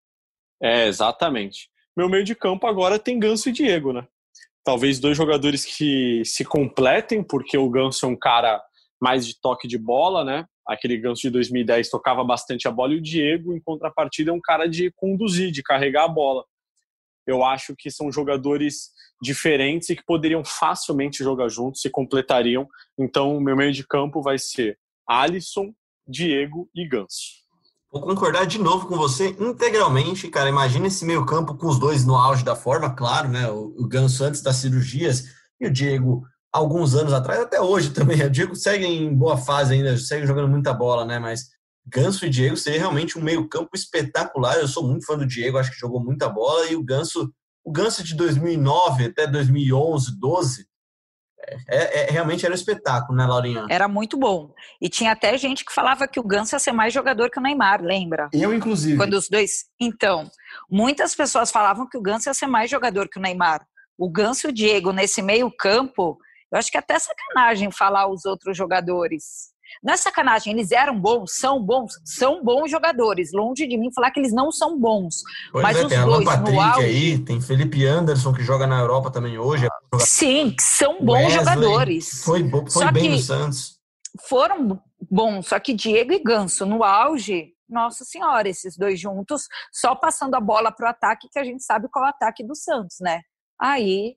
Exatamente. Meu meio de campo agora tem Ganso e Diego, né? Talvez 2 jogadores que se completem, porque o Ganso é um cara mais de toque de bola, né? Aquele Ganso de 2010 tocava bastante a bola, e o Diego, em contrapartida, é um cara de conduzir, de carregar a bola. Eu acho que são jogadores diferentes e que poderiam facilmente jogar juntos, se completariam. Então, o meu meio de campo vai ser Alisson, Diego e Ganso. Vou concordar de novo com você integralmente, cara. Imagina esse meio campo com os 2 no auge da forma, claro, né? O Ganso antes das cirurgias e o Diego alguns anos atrás, até hoje também. O Diego segue em boa fase ainda, segue jogando muita bola, né? Mas Ganso e Diego seria realmente um meio campo espetacular. Eu sou muito fã do Diego, acho que jogou muita bola, e o Ganso de 2009 até 2011, 12, realmente era um espetáculo, né, Laurinha? Era muito bom. E tinha até gente que falava que o Ganso ia ser mais jogador que o Neymar, lembra? Eu, inclusive. Quando os dois... Então, muitas pessoas falavam que o Ganso ia ser mais jogador que o Neymar. O Ganso e o Diego nesse meio campo, eu acho que é até sacanagem falar os outros jogadores. Não é sacanagem, eles eram bons, são bons jogadores. Longe de mim falar que eles não são bons. Pois mas os tem dois, Alan Patrick no auge, aí, tem Felipe Anderson, que joga na Europa também hoje. Sim, são bons Wesley, jogadores. Foi bem no Santos. Foram bons, só que Diego e Ganso no auge, nossa senhora, esses 2 juntos, só passando a bola pro ataque, que a gente sabe qual é o ataque do Santos, né? Aí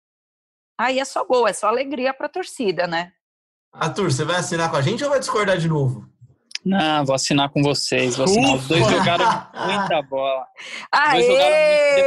é só gol, é só alegria pra torcida, né? Arthur, você vai assinar com a gente ou vai discordar de novo? Não, vou assinar com vocês. Os 2 jogaram muita bola. Os 2 jogaram muito.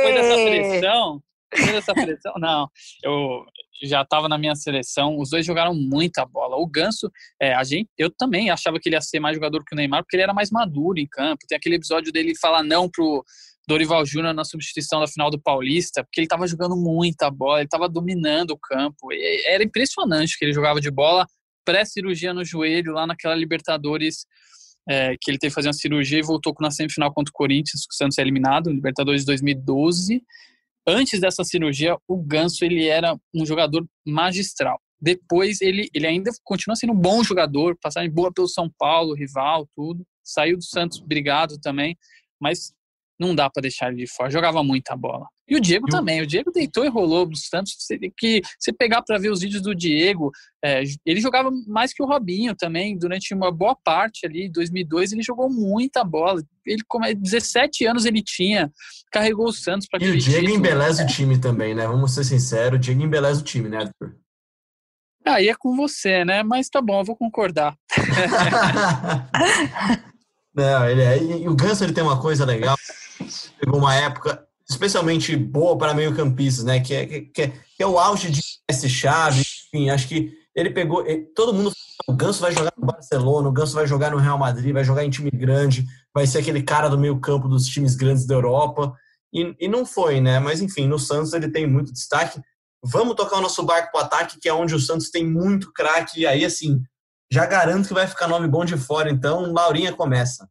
Depois dessa pressão, não. Eu já estava na minha seleção. Os 2 jogaram muita bola. O Ganso, eu também achava que ele ia ser mais jogador que o Neymar, porque ele era mais maduro em campo. Tem aquele episódio dele falar não pro Dorival Júnior na substituição da final do Paulista, porque ele estava jogando muita bola, ele estava dominando o campo. Era impressionante que ele jogava de bola. Pré-cirurgia no joelho, lá naquela Libertadores, que ele teve que fazer uma cirurgia e voltou na semifinal contra o Corinthians, que o Santos é eliminado, Libertadores de 2012. Antes dessa cirurgia, o Ganso ele era um jogador magistral. Depois, ele ainda continua sendo um bom jogador, passagem boa pelo São Paulo, rival, tudo. Saiu do Santos brigado também, mas não dá para deixar ele de fora. Jogava muita bola. E o Diego também. O Diego deitou e rolou no Santos. Você pegar para ver os vídeos do Diego, ele jogava mais que o Robinho também. Durante uma boa parte ali, em 2002, ele jogou muita bola. Ele, com 17 anos ele tinha, carregou o Santos para aquele título. E o Diego embeleza o time também, né? Vamos ser sinceros, o Diego embeleza o time, né, Arthur? Aí é com você, né? Mas tá bom, eu vou concordar. Não, e o Ganso ele tem uma coisa legal. Pegou uma época especialmente boa para meio-campistas, né? Que é o auge de Messi, Xavi, enfim, acho que ele pegou. Todo mundo fala, o Ganso vai jogar no Barcelona, o Ganso vai jogar no Real Madrid, vai jogar em time grande, vai ser aquele cara do meio-campo dos times grandes da Europa. E não foi, né? Mas enfim, no Santos ele tem muito destaque. Vamos tocar o nosso barco para o ataque, que é onde o Santos tem muito craque. E aí, assim, já garanto que vai ficar nome bom de fora. Então, Laurinha começa.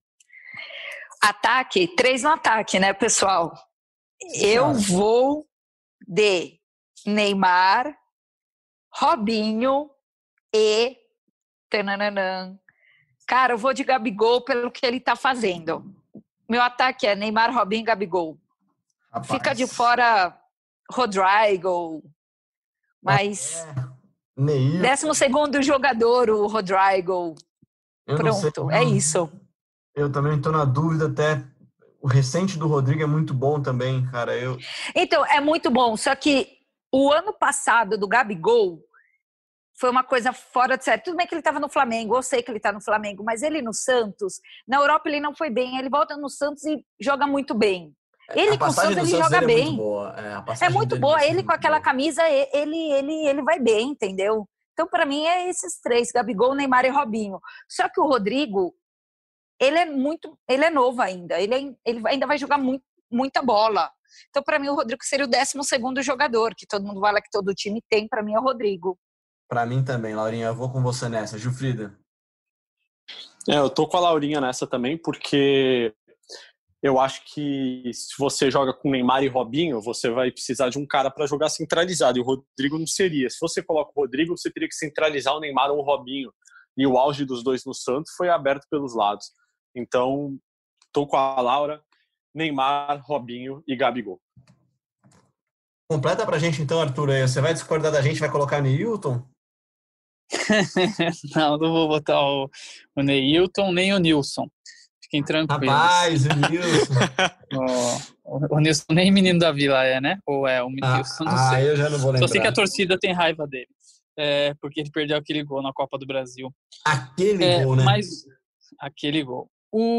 Ataque, 3 no ataque, né, pessoal? Eu vou de Neymar, Robinho e... Tananã. Cara, eu vou de Gabigol pelo que ele tá fazendo. Meu ataque é Neymar, Robinho e Gabigol. Rapaz. Fica de fora Rodrygo, mas... Neil. 12º jogador, o Rodrygo. Pronto, é isso. Eu também estou na dúvida até. O recente do Rodrigo é muito bom também, cara. Então, é muito bom. Só que o ano passado do Gabigol foi uma coisa fora de série. Tudo bem que ele estava no Flamengo, eu sei que ele está no Flamengo, mas ele no Santos, na Europa ele não foi bem. Ele volta no Santos e joga muito bem. Ele com o Santos, ele joga bem. É muito boa. Ele com aquela camisa, ele vai bem, entendeu? Então, para mim, é esses três, Gabigol, Neymar e Robinho. Só que o Rodrigo, ele é novo ainda. Ele ainda vai jogar muita bola. Então, para mim, o Rodrigo seria o 12º jogador, que todo mundo fala que todo time tem. Para mim, é o Rodrigo. Para mim também, Laurinha. Eu vou com você nessa. Gilfrida? Eu tô com a Laurinha nessa também, porque eu acho que se você joga com Neymar e Robinho, você vai precisar de um cara para jogar centralizado, e o Rodrigo não seria. Se você coloca o Rodrigo, você teria que centralizar o Neymar ou o Robinho. E o auge dos dois no Santos foi aberto pelos lados. Então, tô com a Laura, Neymar, Robinho e Gabigol. Completa pra gente então, Arthur. Você vai discordar da gente, vai colocar Neilton? Não vou botar o Neilton nem o Nilson. Fiquem tranquilos. Rapaz, o Nilson. O Nilson nem menino da Vila né? Ou é o Nilson, não sei. Eu já não vou lembrar. Só sei que a torcida tem raiva dele. Porque ele perdeu aquele gol na Copa do Brasil. Aquele gol, né? Mas aquele gol.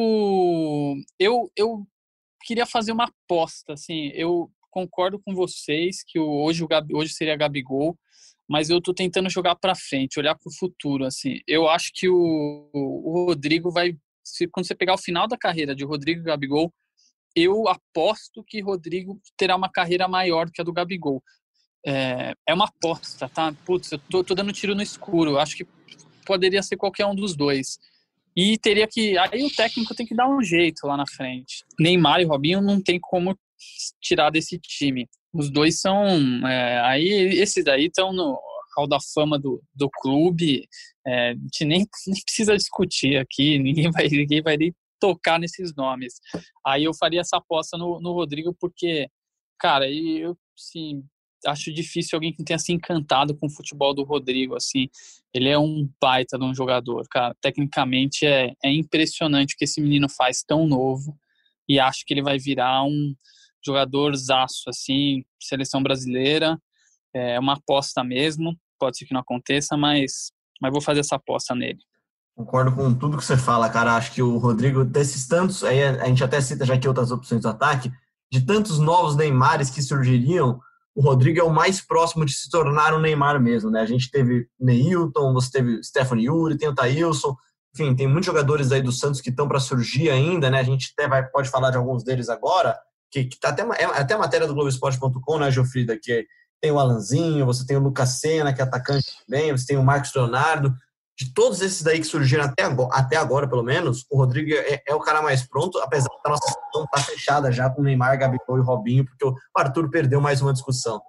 Eu queria fazer uma aposta, assim. Eu concordo com vocês que hoje seria Gabigol, mas eu tô tentando jogar para frente, olhar para o futuro, assim. Eu acho que o Rodrigo vai... Quando você pegar o final da carreira de Rodrigo e Gabigol, eu aposto que Rodrigo terá uma carreira maior que a do Gabigol. É uma aposta, tá? Putz, eu tô dando tiro no escuro. Eu acho que poderia ser qualquer um dos dois. E teria que... Aí o técnico tem que dar um jeito lá na frente. Neymar e Robinho não tem como tirar desse time. Os dois são... aí esses daí estão no hall da fama do clube. A gente nem precisa discutir aqui. Ninguém vai tocar nesses nomes. Aí eu faria essa aposta no Rodrigo porque, cara, eu sim, acho difícil alguém que tenha se encantado com o futebol do Rodrigo, assim. Ele é um baita de um jogador, cara. Tecnicamente é impressionante o que esse menino faz tão novo, e acho que ele vai virar um jogadorzaço, assim, seleção brasileira. É uma aposta mesmo, pode ser que não aconteça, mas vou fazer essa aposta nele. Concordo com tudo que você fala, cara. Acho que o Rodrigo, desses tantos, aí a gente até cita já aqui outras opções do ataque, de tantos novos Neymares que surgiriam, o Rodrigo é o mais próximo de se tornar um Neymar mesmo, né? A gente teve Neilton, você teve Stefano Yuri, tem o Thailson, enfim, tem muitos jogadores aí do Santos que estão para surgir ainda, né? A gente até pode falar de alguns deles agora, que tá até a matéria do Globoesporte.com, né, Gilfrida, que tem o Alanzinho, você tem o Lucas Senna, que é atacante também, você tem o Marcos Leonardo. De todos esses daí que surgiram até agora, pelo menos, o Rodrigo é o cara mais pronto, apesar da nossa discussão estar fechada já com Neymar, Gabigol e Robinho, porque o Arthur perdeu mais uma discussão.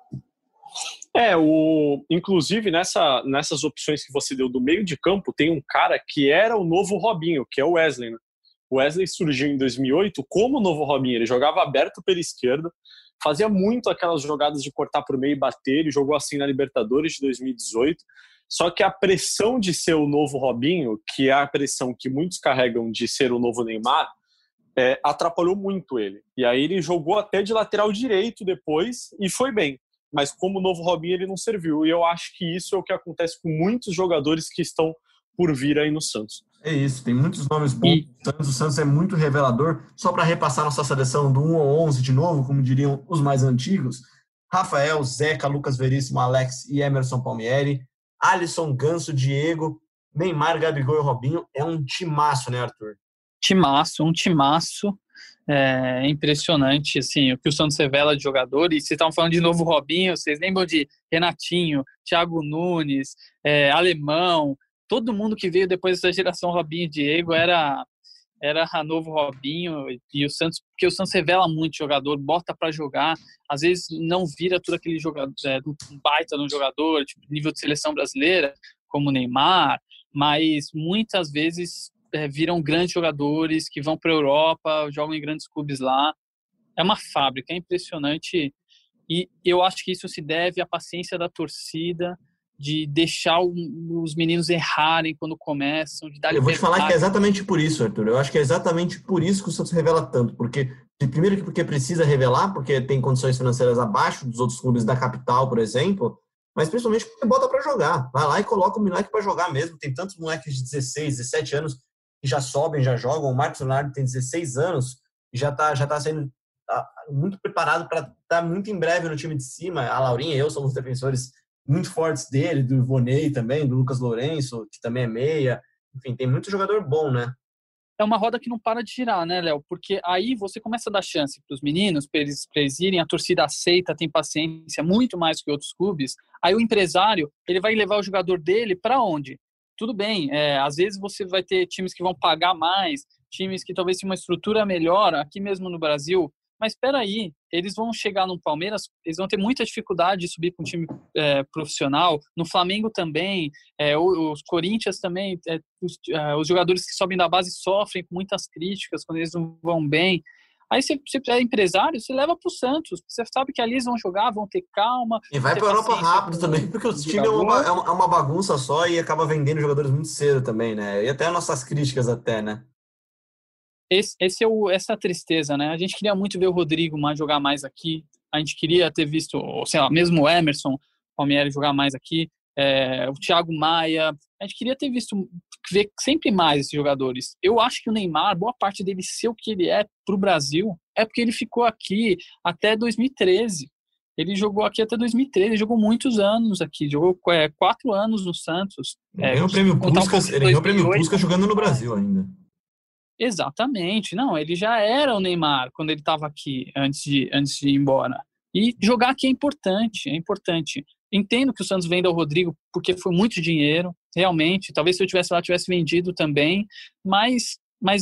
Inclusive, nessas opções que você deu do meio de campo, tem um cara que era o novo Robinho, que é o Wesley, né? O Wesley surgiu em 2008 como o novo Robinho, ele jogava aberto pela esquerda, fazia muito aquelas jogadas de cortar por meio e bater, ele jogou assim na Libertadores de 2018, só que a pressão de ser o novo Robinho, que é a pressão que muitos carregam de ser o novo Neymar, atrapalhou muito ele. E aí ele jogou até de lateral direito depois e foi bem. Mas como novo Robinho ele não serviu. E eu acho que isso é o que acontece com muitos jogadores que estão por vir aí no Santos. É isso, tem muitos nomes bons do Santos. O Santos é muito revelador. Só para repassar nossa seleção do 1 ao 11 de novo, como diriam os mais antigos: Rafael, Zeca, Lucas Veríssimo, Alex e Emerson Palmieri, Alisson, Ganso, Diego, Neymar, Gabigol e Robinho. É um timaço, né, Arthur? Um timaço. É impressionante, assim, o que o Santos revela de jogador. E vocês estavam falando de novo Robinho, vocês lembram de Renatinho, Thiago Nunes, Alemão, todo mundo que veio depois da geração Robinho e Diego era era a novo Robinho, e o Santos, porque o Santos revela muito jogador, bota para jogar, às vezes não vira tudo aquele jogador, um baita de um jogador, tipo, nível de seleção brasileira, como o Neymar, mas muitas vezes viram grandes jogadores que vão para a Europa, jogam em grandes clubes lá. É uma fábrica, é impressionante, e eu acho que isso se deve à paciência da torcida, de deixar os meninos errarem quando começam, de dar Eu vou te falar que é exatamente por isso, Arthur. Eu acho que é exatamente por isso que o Santos revela tanto. Primeiro porque precisa revelar, porque tem condições financeiras abaixo dos outros clubes da capital, por exemplo, mas principalmente porque bota para jogar. Vai lá e coloca o moleque para jogar mesmo. Tem tantos moleques de 16, 17 anos que já sobem, já jogam. O Marcos Leonardo tem 16 anos e já tá sendo muito preparado para estar muito em breve no time de cima. A Laurinha e eu somos defensores muito fortes dele, do Ivonei também, do Lucas Lourenço, que também é meia. Enfim, tem muito jogador bom, né? É uma roda que não para de girar, né, Léo? Porque aí você começa a dar chance para os meninos, para eles irem, a torcida aceita, tem paciência, muito mais que outros clubes. Aí o empresário, ele vai levar o jogador dele para onde? Tudo bem, às vezes você vai ter times que vão pagar mais, times que talvez tenham uma estrutura melhor, aqui mesmo no Brasil. Mas espera aí, eles vão chegar no Palmeiras, eles vão ter muita dificuldade de subir para um time profissional, no Flamengo também, os Corinthians também, os jogadores que sobem da base sofrem com muitas críticas quando eles não vão bem. Aí você é empresário, você leva para o Santos, você sabe que ali eles vão jogar, vão ter calma. E vai para a Europa rápido também, porque o time é uma bagunça só e acaba vendendo jogadores muito cedo também, né? E até nossas críticas até, né? Essa tristeza, né? A gente queria muito ver o Rodrigo jogar mais aqui. A gente queria ter visto, sei lá, mesmo o Emerson Palmieri jogar mais aqui. O Thiago Maia. A gente queria ter visto, ver sempre mais esses jogadores. Eu acho que o Neymar, boa parte dele ser o que ele é pro Brasil, é porque ele ficou aqui até 2013. Ele jogou aqui até 2013, jogou muitos anos aqui, jogou 4 anos no Santos. Ele ganhou o prêmio Puskás jogando no Brasil ainda. Exatamente. Não, ele já era o Neymar quando ele estava aqui, antes de ir embora. E jogar aqui é importante. Entendo que o Santos venda o Rodrigo porque foi muito dinheiro, realmente. Talvez se eu tivesse lá, tivesse vendido também. Mas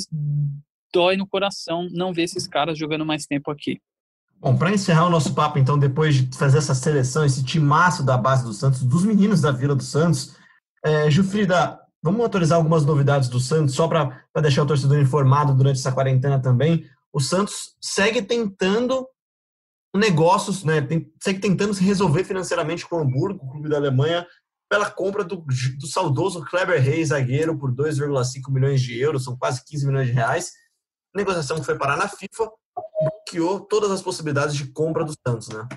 dói no coração não ver esses caras jogando mais tempo aqui. Bom, para encerrar o nosso papo, então, depois de fazer essa seleção, esse timaço da base do Santos, dos meninos da Vila do Santos, Gilfrida, vamos atualizar algumas novidades do Santos, só para deixar o torcedor informado durante essa quarentena também. O Santos segue tentando negócios, né? Segue tentando se resolver financeiramente com o Hamburgo, o clube da Alemanha, pela compra do saudoso Kleber Reis, zagueiro, por 2,5 milhões de euros, são quase 15 milhões de reais. A negociação que foi parar na FIFA bloqueou todas as possibilidades de compra do Santos, né?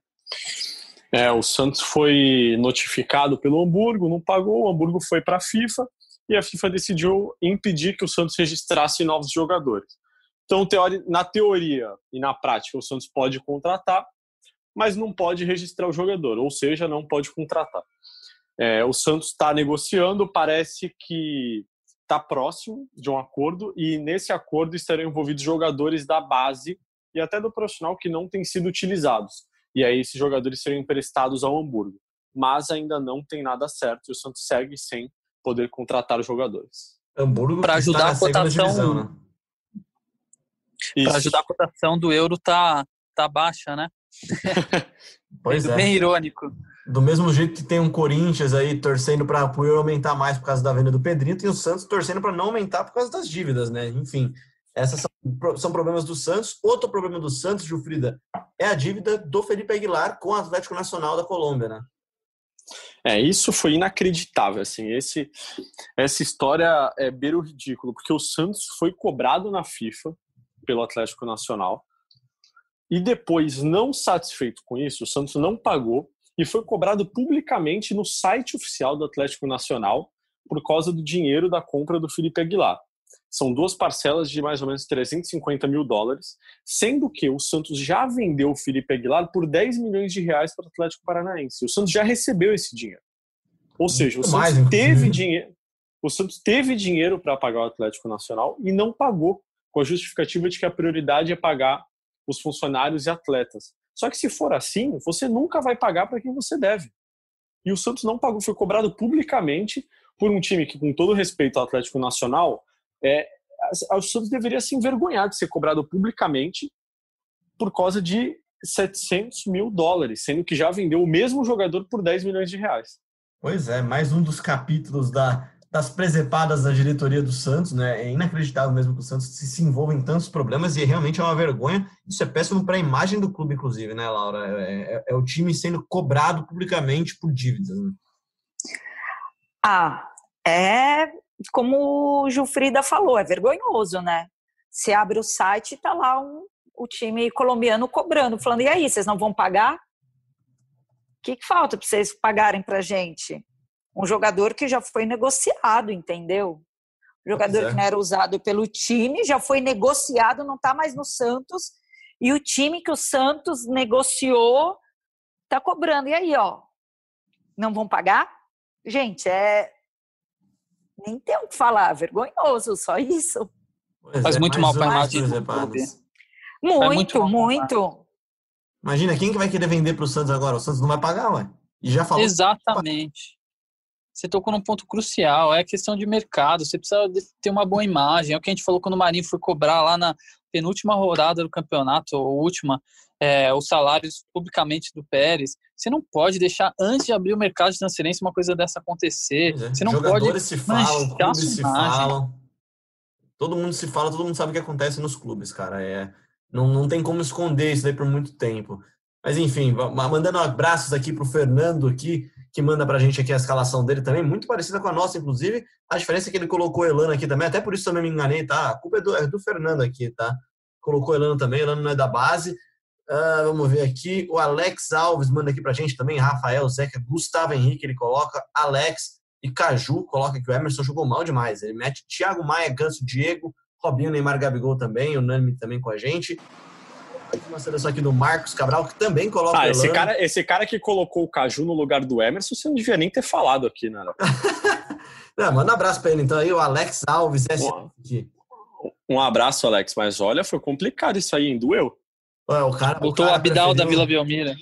O Santos foi notificado pelo Hamburgo, não pagou, o Hamburgo foi para a FIFA e a FIFA decidiu impedir que o Santos registrasse novos jogadores. Então, na teoria e na prática, o Santos pode contratar, mas não pode registrar o jogador, ou seja, não pode contratar. O Santos está negociando, parece que está próximo de um acordo e nesse acordo estarão envolvidos jogadores da base e até do profissional que não têm sido utilizados. E aí esses jogadores seriam emprestados ao Hamburgo. Mas ainda não tem nada certo e o Santos segue sem poder contratar os jogadores. Hamburgo para ajudar a cotação, divisão, né? Para ajudar a cotação do euro tá baixa, né? Pois é. Bem irônico. Do mesmo jeito que tem um Corinthians aí torcendo para o euro aumentar mais por causa da venda do Pedrito e o Santos torcendo para não aumentar por causa das dívidas, né? Enfim, essas são problemas do Santos. Outro problema do Santos, Gilfrida, é a dívida do Felipe Aguilar com o Atlético Nacional da Colômbia, né? Isso foi inacreditável, assim, essa história beira o ridículo, porque o Santos foi cobrado na FIFA pelo Atlético Nacional e depois, não satisfeito com isso, o Santos não pagou e foi cobrado publicamente no site oficial do Atlético Nacional por causa do dinheiro da compra do Felipe Aguilar. São 2 parcelas de mais ou menos $350 mil, sendo que o Santos já vendeu o Felipe Aguilar por 10 milhões de reais para o Atlético Paranaense. O Santos já recebeu esse dinheiro. Ou seja, o Santos teve dinheiro para pagar o Atlético Nacional e não pagou, com a justificativa de que a prioridade é pagar os funcionários e atletas. Só que se for assim, você nunca vai pagar para quem você deve. E o Santos não pagou, foi cobrado publicamente por um time que, com todo respeito ao Atlético Nacional, o Santos deveria se envergonhar de ser cobrado publicamente por causa de $700 mil, sendo que já vendeu o mesmo jogador por R$10 milhões. Pois é, mais um dos capítulos das presepadas da diretoria do Santos, né? É inacreditável mesmo que o Santos se envolva em tantos problemas e realmente é uma vergonha. Isso é péssimo para a imagem do clube, inclusive, né, Laura? É o time sendo cobrado publicamente por dívidas. Né? É como o Gilfrida falou, é vergonhoso, né? Você abre o site e tá lá o time colombiano cobrando, falando, e aí, vocês não vão pagar? O que falta para vocês pagarem pra gente? Um jogador que já foi negociado, entendeu? Um jogador que não era usado pelo time, já foi negociado, não tá mais no Santos, e o time que o Santos negociou tá cobrando. E aí, ó, não vão pagar? Gente, nem tem o que falar, vergonhoso, só isso. Faz muito mal para a imagem do clube. Muito. Imagina, quem que vai querer vender para o Santos agora? O Santos não vai pagar, ué. E já falou. Exatamente. Você tocou num ponto crucial, é questão de mercado, você precisa ter uma boa imagem. É o que a gente falou quando o Marinho foi cobrar lá na penúltima rodada do campeonato, ou última, os salários publicamente do Pérez. Você não pode deixar, antes de abrir o mercado de transferência, uma coisa dessa acontecer. Você não Jogadores pode se falam, clubes se falam. Todo mundo se fala, todo mundo sabe o que acontece nos clubes, cara. Não tem como esconder isso daí por muito tempo. Mas, enfim, mandando abraços aqui pro Fernando aqui, que manda pra gente aqui a escalação dele também, muito parecida com a nossa, inclusive. A diferença é que ele colocou o Elano aqui também, até por isso também me enganei, tá? A culpa é do Fernando aqui, tá? Colocou o Elano também, o Elano não é da base. Vamos ver aqui, o Alex Alves manda aqui pra gente também, Rafael, Zeca, Gustavo Henrique, ele coloca Alex e Caju, coloca que o Emerson jogou mal demais. Ele mete Thiago Maia, Ganso, Diego, Robinho, Neymar, Gabigol também, o Nani também com a gente. Uma seleção aqui do Marcos Cabral, que também coloca o Elano. Esse cara que colocou o Caju no lugar do Emerson, você não devia nem ter falado aqui, né? Não, manda um abraço pra ele, então, aí o Alex Alves. Um abraço, Alex, mas olha, foi complicado isso aí, hein? Doeu. O cara botou o Abidal da Vila Belmiro.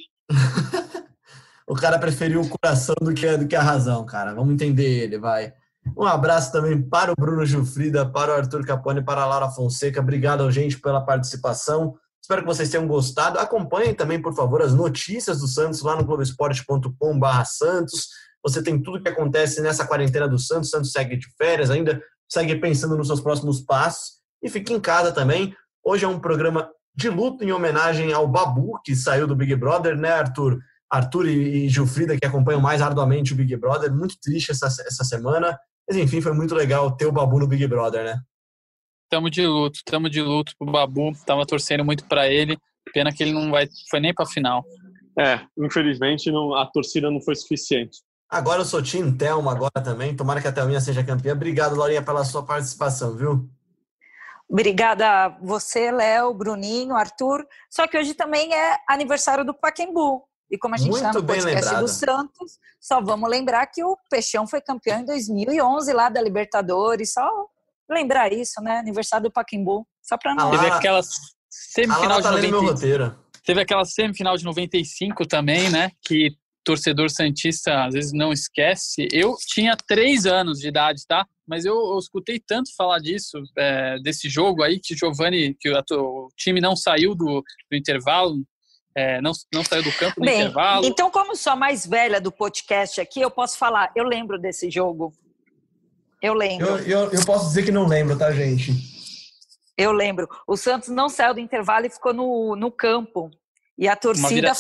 O cara preferiu o coração do que a razão, cara. Vamos entender ele, vai. Um abraço também para o Bruno Gilfrida, para o Arthur Capone, para a Laura Fonseca. Obrigado, gente, pela participação. Espero que vocês tenham gostado. Acompanhem também, por favor, as notícias do Santos lá no globesport.com/Santos. Você tem tudo que acontece nessa quarentena do Santos. O Santos segue de férias ainda, segue pensando nos seus próximos passos. E fique em casa também. Hoje é um programa de luto em homenagem ao Babu, que saiu do Big Brother, né, Arthur? Arthur e Gilfrida, que acompanham mais arduamente o Big Brother. Muito triste essa semana. Mas, enfim, foi muito legal ter o Babu no Big Brother, né? Tamo de luto pro Babu. Tava torcendo muito pra ele. Pena que ele não foi nem pra final. Infelizmente a torcida não foi suficiente. Agora eu sou Tim Thelma agora também. Tomara que a Thelminha seja campeã. Obrigado, Laurinha, pela sua participação, viu? Obrigada a você, Léo, Bruninho, Arthur. Só que hoje também é aniversário do Pacaembu. E como a gente está no podcast do Santos, só vamos lembrar que o Peixão foi campeão em 2011 lá da Libertadores. Só lembrar isso, né? Aniversário do Pacaembu. Só para não... Teve aquela semifinal de 95. Teve aquela semifinal de 95 também, né? Que torcedor santista às vezes não esquece. Eu tinha 3 anos de idade, tá? Mas eu escutei tanto falar disso, desse jogo aí, que o time não saiu do intervalo, não saiu do campo no intervalo. Então, como sou a mais velha do podcast aqui, eu posso falar, eu lembro desse jogo. Eu lembro. Eu posso dizer que não lembro, tá, gente? Eu lembro. O Santos não saiu do intervalo e ficou no campo. E a torcida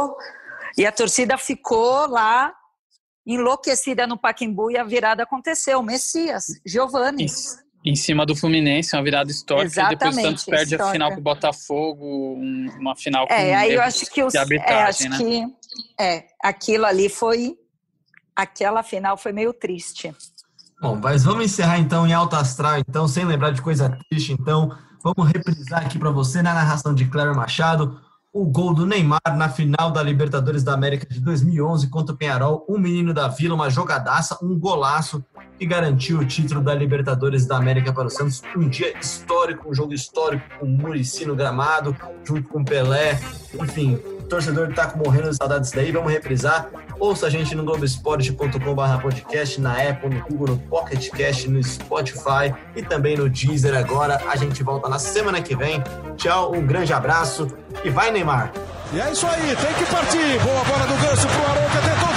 ficou lá enlouquecida no Pacaembu e a virada aconteceu. Messias, Giovani. Em cima do Fluminense, uma virada histórica. Exatamente, e depois o Santos perde a final pro Botafogo, uma final com aí eu acho que de arbitragem, aquilo ali aquela final foi meio triste. Bom, mas vamos encerrar então em alto astral, então, sem lembrar de coisa triste, então, vamos reprisar aqui para você, na narração de Cléber Machado, o gol do Neymar na final da Libertadores da América de 2011 contra o Peñarol, um menino da Vila, uma jogadaça, um golaço que garantiu o título da Libertadores da América para o Santos. Um dia histórico, um jogo histórico com o Muricy no gramado, junto com o Pelé. Enfim, torcedor tá morrendo de saudade disso daí. Vamos reprisar. Ouça a gente no globesport.com/podcast, na Apple, no Google, no Pocket Cast, no Spotify e também no Deezer. Agora a gente volta na semana que vem. Tchau, um grande abraço e vai, Neymar! E é isso aí, tem que partir. Boa bola do Ganso pro Arouca, tentou.